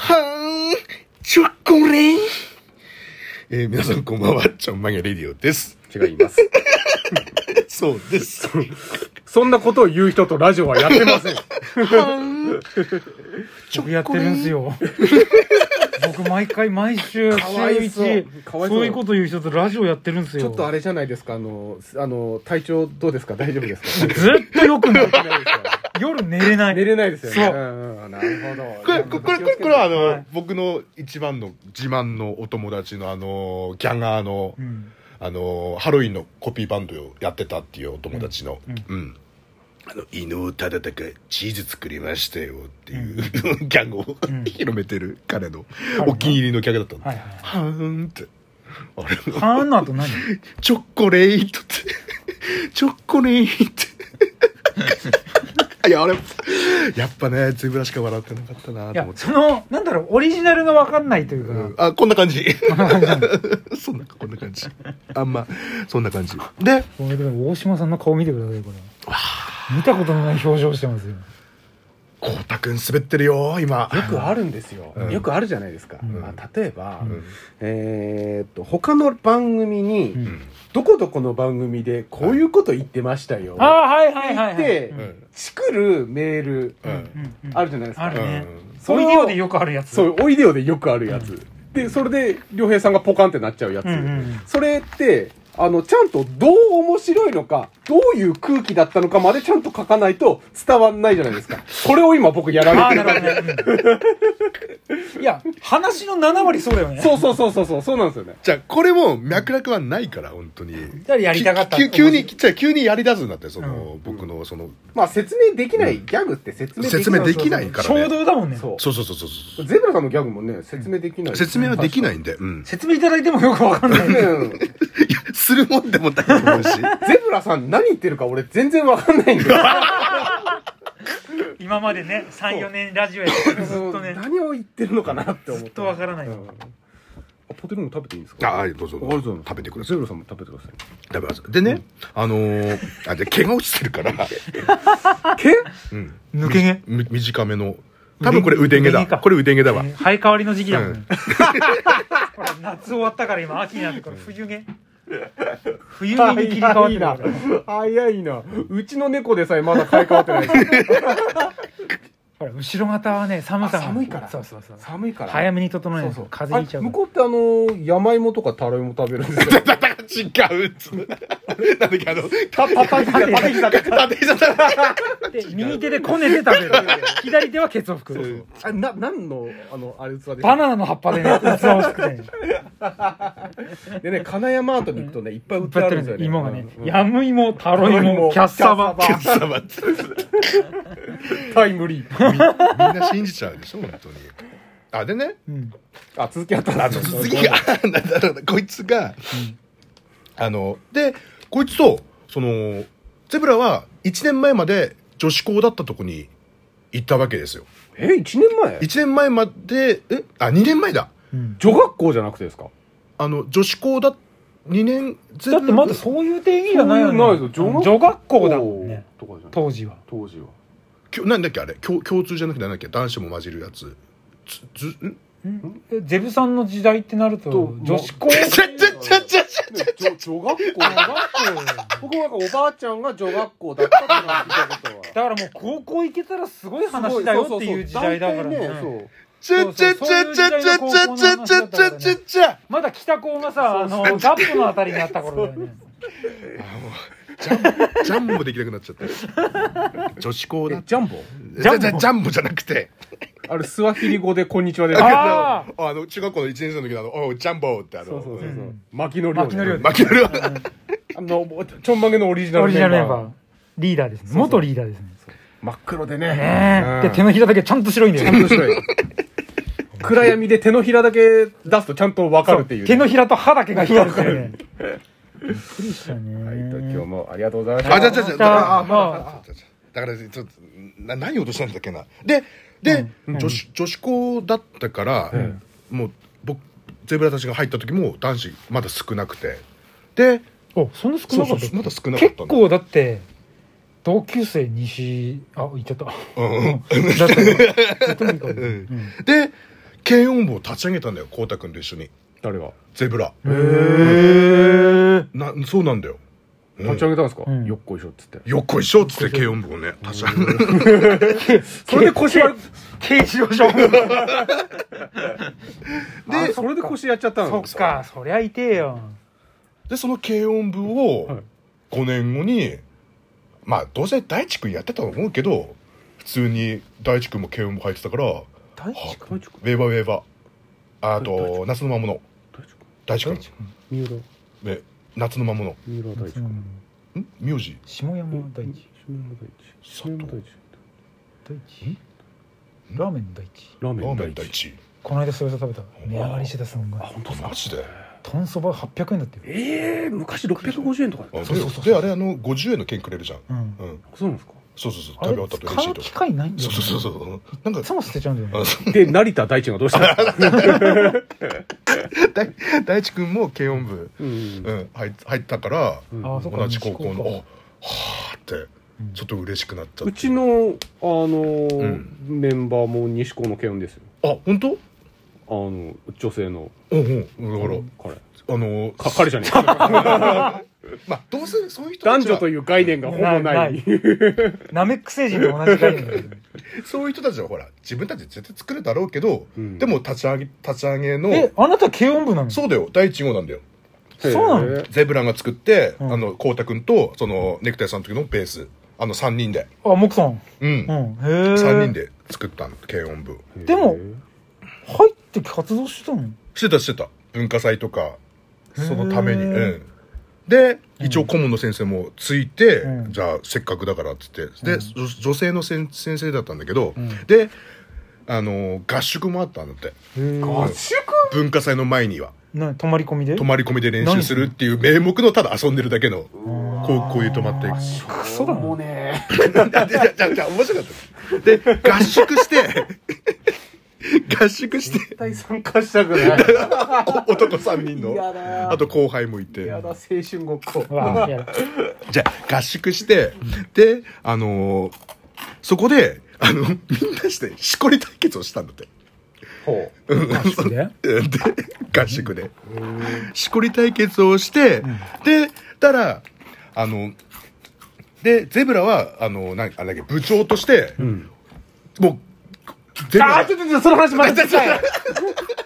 はーん、チョコレン。皆さんこんばんは、ちょんまげレディオです。 違います。 そうです。 そんなことを言う人とラジオはやってません。 僕やってるんすよ。僕毎週週1そういうこと言う人とラジオやってるんですよ。 ちょっとあれじゃないですか、体調どうですか、大丈夫ですか？ ずっとよくない夜寝れないですよね。 そう、 なるほど。 これははい、僕の一番の自慢のお友達のギャガーの、ハロウィンのコピーバンドをやってたっていうお友達の、犬をただたかチーズ作りましたよっていう、ギャグを広めてる彼のお気に入りのギャグだったの。はーんって。あれはーんの後何？ チョコレートって。チョコレートって。いや、あれ、やっぱね、ゼブラしか笑ってなかったなと思って。 なんだろう、オリジナルが分かんないというか。 こんな感じ。こんな感じ。そんな感じ。で、 大島さんの顔見てください、これ。見たことのない表情してますよ。 こうたくん滑ってるよ今。 よくあるんですよ。よくあるじゃないですか。例えば、他の番組に、どこどこの番組でこういうこと言ってましたよ。 はいはいはい。 で、チクるメールあるじゃないですか。 あるね。おいでよでよくあるやつ。 そう、おいでよでよくあるやつ。で、それで良平さんがポカンってなっちゃうやつ。それってちゃんとどう面白いのか、どういう空気だったのかまでちゃんと書かないと伝わんないじゃないですか。これを今僕やられてる。 いや、話の7割そうだよね。 そうなんですよね。 じゃあ、これも脈絡はないから、本当に。 じゃあやりたかった。 急にやり出すんだって、僕のまあ説明できない、ギャグって説明できないからね。 衝動だもんね。 そう。 ゼブラさんのギャグもね、説明できない。 説明はできないんで。 説明いただいてもよくわかんない。 するもんでもないと思うし。ゼブラさん何言ってるか俺全然わかんないんだよ。 今までね、3、4年ラジオやってずっとね。 何を言ってるのかなって思って。 ずっとわからない。 ポテトも食べていいですか？ はい、どうぞ。食べてください。 ゼブラさんも食べてください。 食べます。でね、毛が落ちてるから。 毛？ 抜け毛？ 短めの。多分これ腕毛だ。これ腕毛だわ。 生え変わりの時期だもんね。ほら、夏終わったから今秋になってこれ冬毛。冬毛に切り替わってる。 早いな。うちの猫でさえまだ買い替わってない。 ほら、後ろ方はね、寒いから。そう。寒いから。 早めに整えないと風邪ひいちゃう。 向こうって山芋とかタラ芋食べるんですよ。 違う。なんだっけ右手でこねて食べる。左手はケツを拭く。 何のあれ器で？ バナナの葉っぱでね、器を拭くね。 でね、金山アートに行くとね、いっぱい売ってあるんですよね。 芋がね、ヤム芋、タロイモ、キャッサバ。 タイムリー。 みんな信じちゃうでしょ、本当に。でね。 続きあったんですよ。続きが、こいつが、で、こいつと、ゼブラは1年前まで女子校だったとこに行ったわけですよ。 1年前 ?1 年前まで、2年前だ。 女学校じゃなくてですか？ 女子校2年、 だってまだそういう定義じゃないよね。女学校だもんね。当時は。 なんだっけあれ、共通じゃなくてなんだっけ、男子も混じるやつ。 ゼブさんの時代ってなると女子校。 女学校。僕はおばあちゃんが女学校だったって聞いたことは。 だからもう高校行けたらすごい話だよっていう時代だからね。まだ北高がさ、ガップのあたりにあった頃だよね。 ジャンボできなくなっちゃった。女子校だ。 ジャンボジャンボじゃなくて。 あれ、スワヒリ語でこんにちはで。 中学校の1年生の時のジャンボって巻きの量。 ちょんまげのオリジナルメンバー。 リーダーですね。元リーダーですね。 真っ黒でね。 で、手のひらだけちゃんと白いんだよ。 ちゃんと白い。暗闇で手のひらだけ出すとちゃんと分かるっていう。 手のひらと歯だけが光るっていうね。びっくりしたね。 はい、今日もありがとうございました。だからちょっと何を落としたんだっけな。で、女子校だったから、もうゼブラたちが入った時も男子まだ少なくて、で、 そんな少なかった。 まだ少なかった。 結構だって同級生言っちゃった。 で、 軽音部を立ち上げたんだよ、こうたくんと一緒に。 誰が？ ゼブラ。そうなんだよ。 立ち上げたんですか？よっこいしょっつって。 よっこいしょっつって軽音部をね、立ち上げそれで腰は、 軽自動車で、 それで腰やっちゃったの？ そっか、そりゃ痛えよ。 で、その軽音部を5年後に、まあ、どうせ大地君やってたと思うけど、普通に大地君も軽音部入ってたから、ウ大地君ェーバーウェーバー。あと、夏の魔物。大地君。 三浦。 ね、夏の魔物。 三浦大地君。 名字下山大地。 下山大地。 大地ラーメン大地。 ラーメン大地。 この間それ食べた。値上がりしてた、すんごい。 あ、本当マジで豚そば800円だってよ。 昔650円とか。 そう。で、あれ50円の券くれるじゃん。 そうなんですか？ そう。食べ終わったと嬉しいと。 買う機会ないんだよ。 そう。なんか、 いつも捨てちゃうんだよね。 で、成田大地がどうしたの？ 大地君も軽音部入ったから、同じ高校の、はーって、ちょっと嬉しくなっちゃって。 うちの、メンバーも西高の軽音ですよ。 あ、本当？ 女性の。 だから彼じゃねえか。 まあ、どうせそういう人男女という概念がほぼない。 ナメック星人と同じ概念だよね。 そういう人たちはほら、自分たちで絶対作るだろうけど、でも立ち上げの。 あなた軽音部なの？ そうだよ、第1号なんだよ。 そうなの？ ゼブラが作って、こうたくんと、その、ネクタイさんの時のベース、3人で。 あ、モクさん。 3人で作ったの、軽音部。 でも、入って活動してたの？ してた。文化祭とか、そのために。で、一応顧問の先生もついて、じゃあせっかくだからっつって、で、女性の先生だったんだけど、で、合宿もあったんだって。 合宿？ 文化祭の前には。 泊まり込みで練習するっていう名目のただ遊んでるだけの、こういう泊まって。 クソだもんね。じゃあ面白かった。で、合宿して、 絶対参加したくない。 男3人の。あと後輩もいて。 やだ、青春ごっこ。 じゃあ合宿して、で、そこで、みんなしてしこり対決をしたんだって。 合宿で？ 合宿で。しこり対決をして、で、で、ゼブラは、部長として、もう、 ちょっと、その話また聞きたい。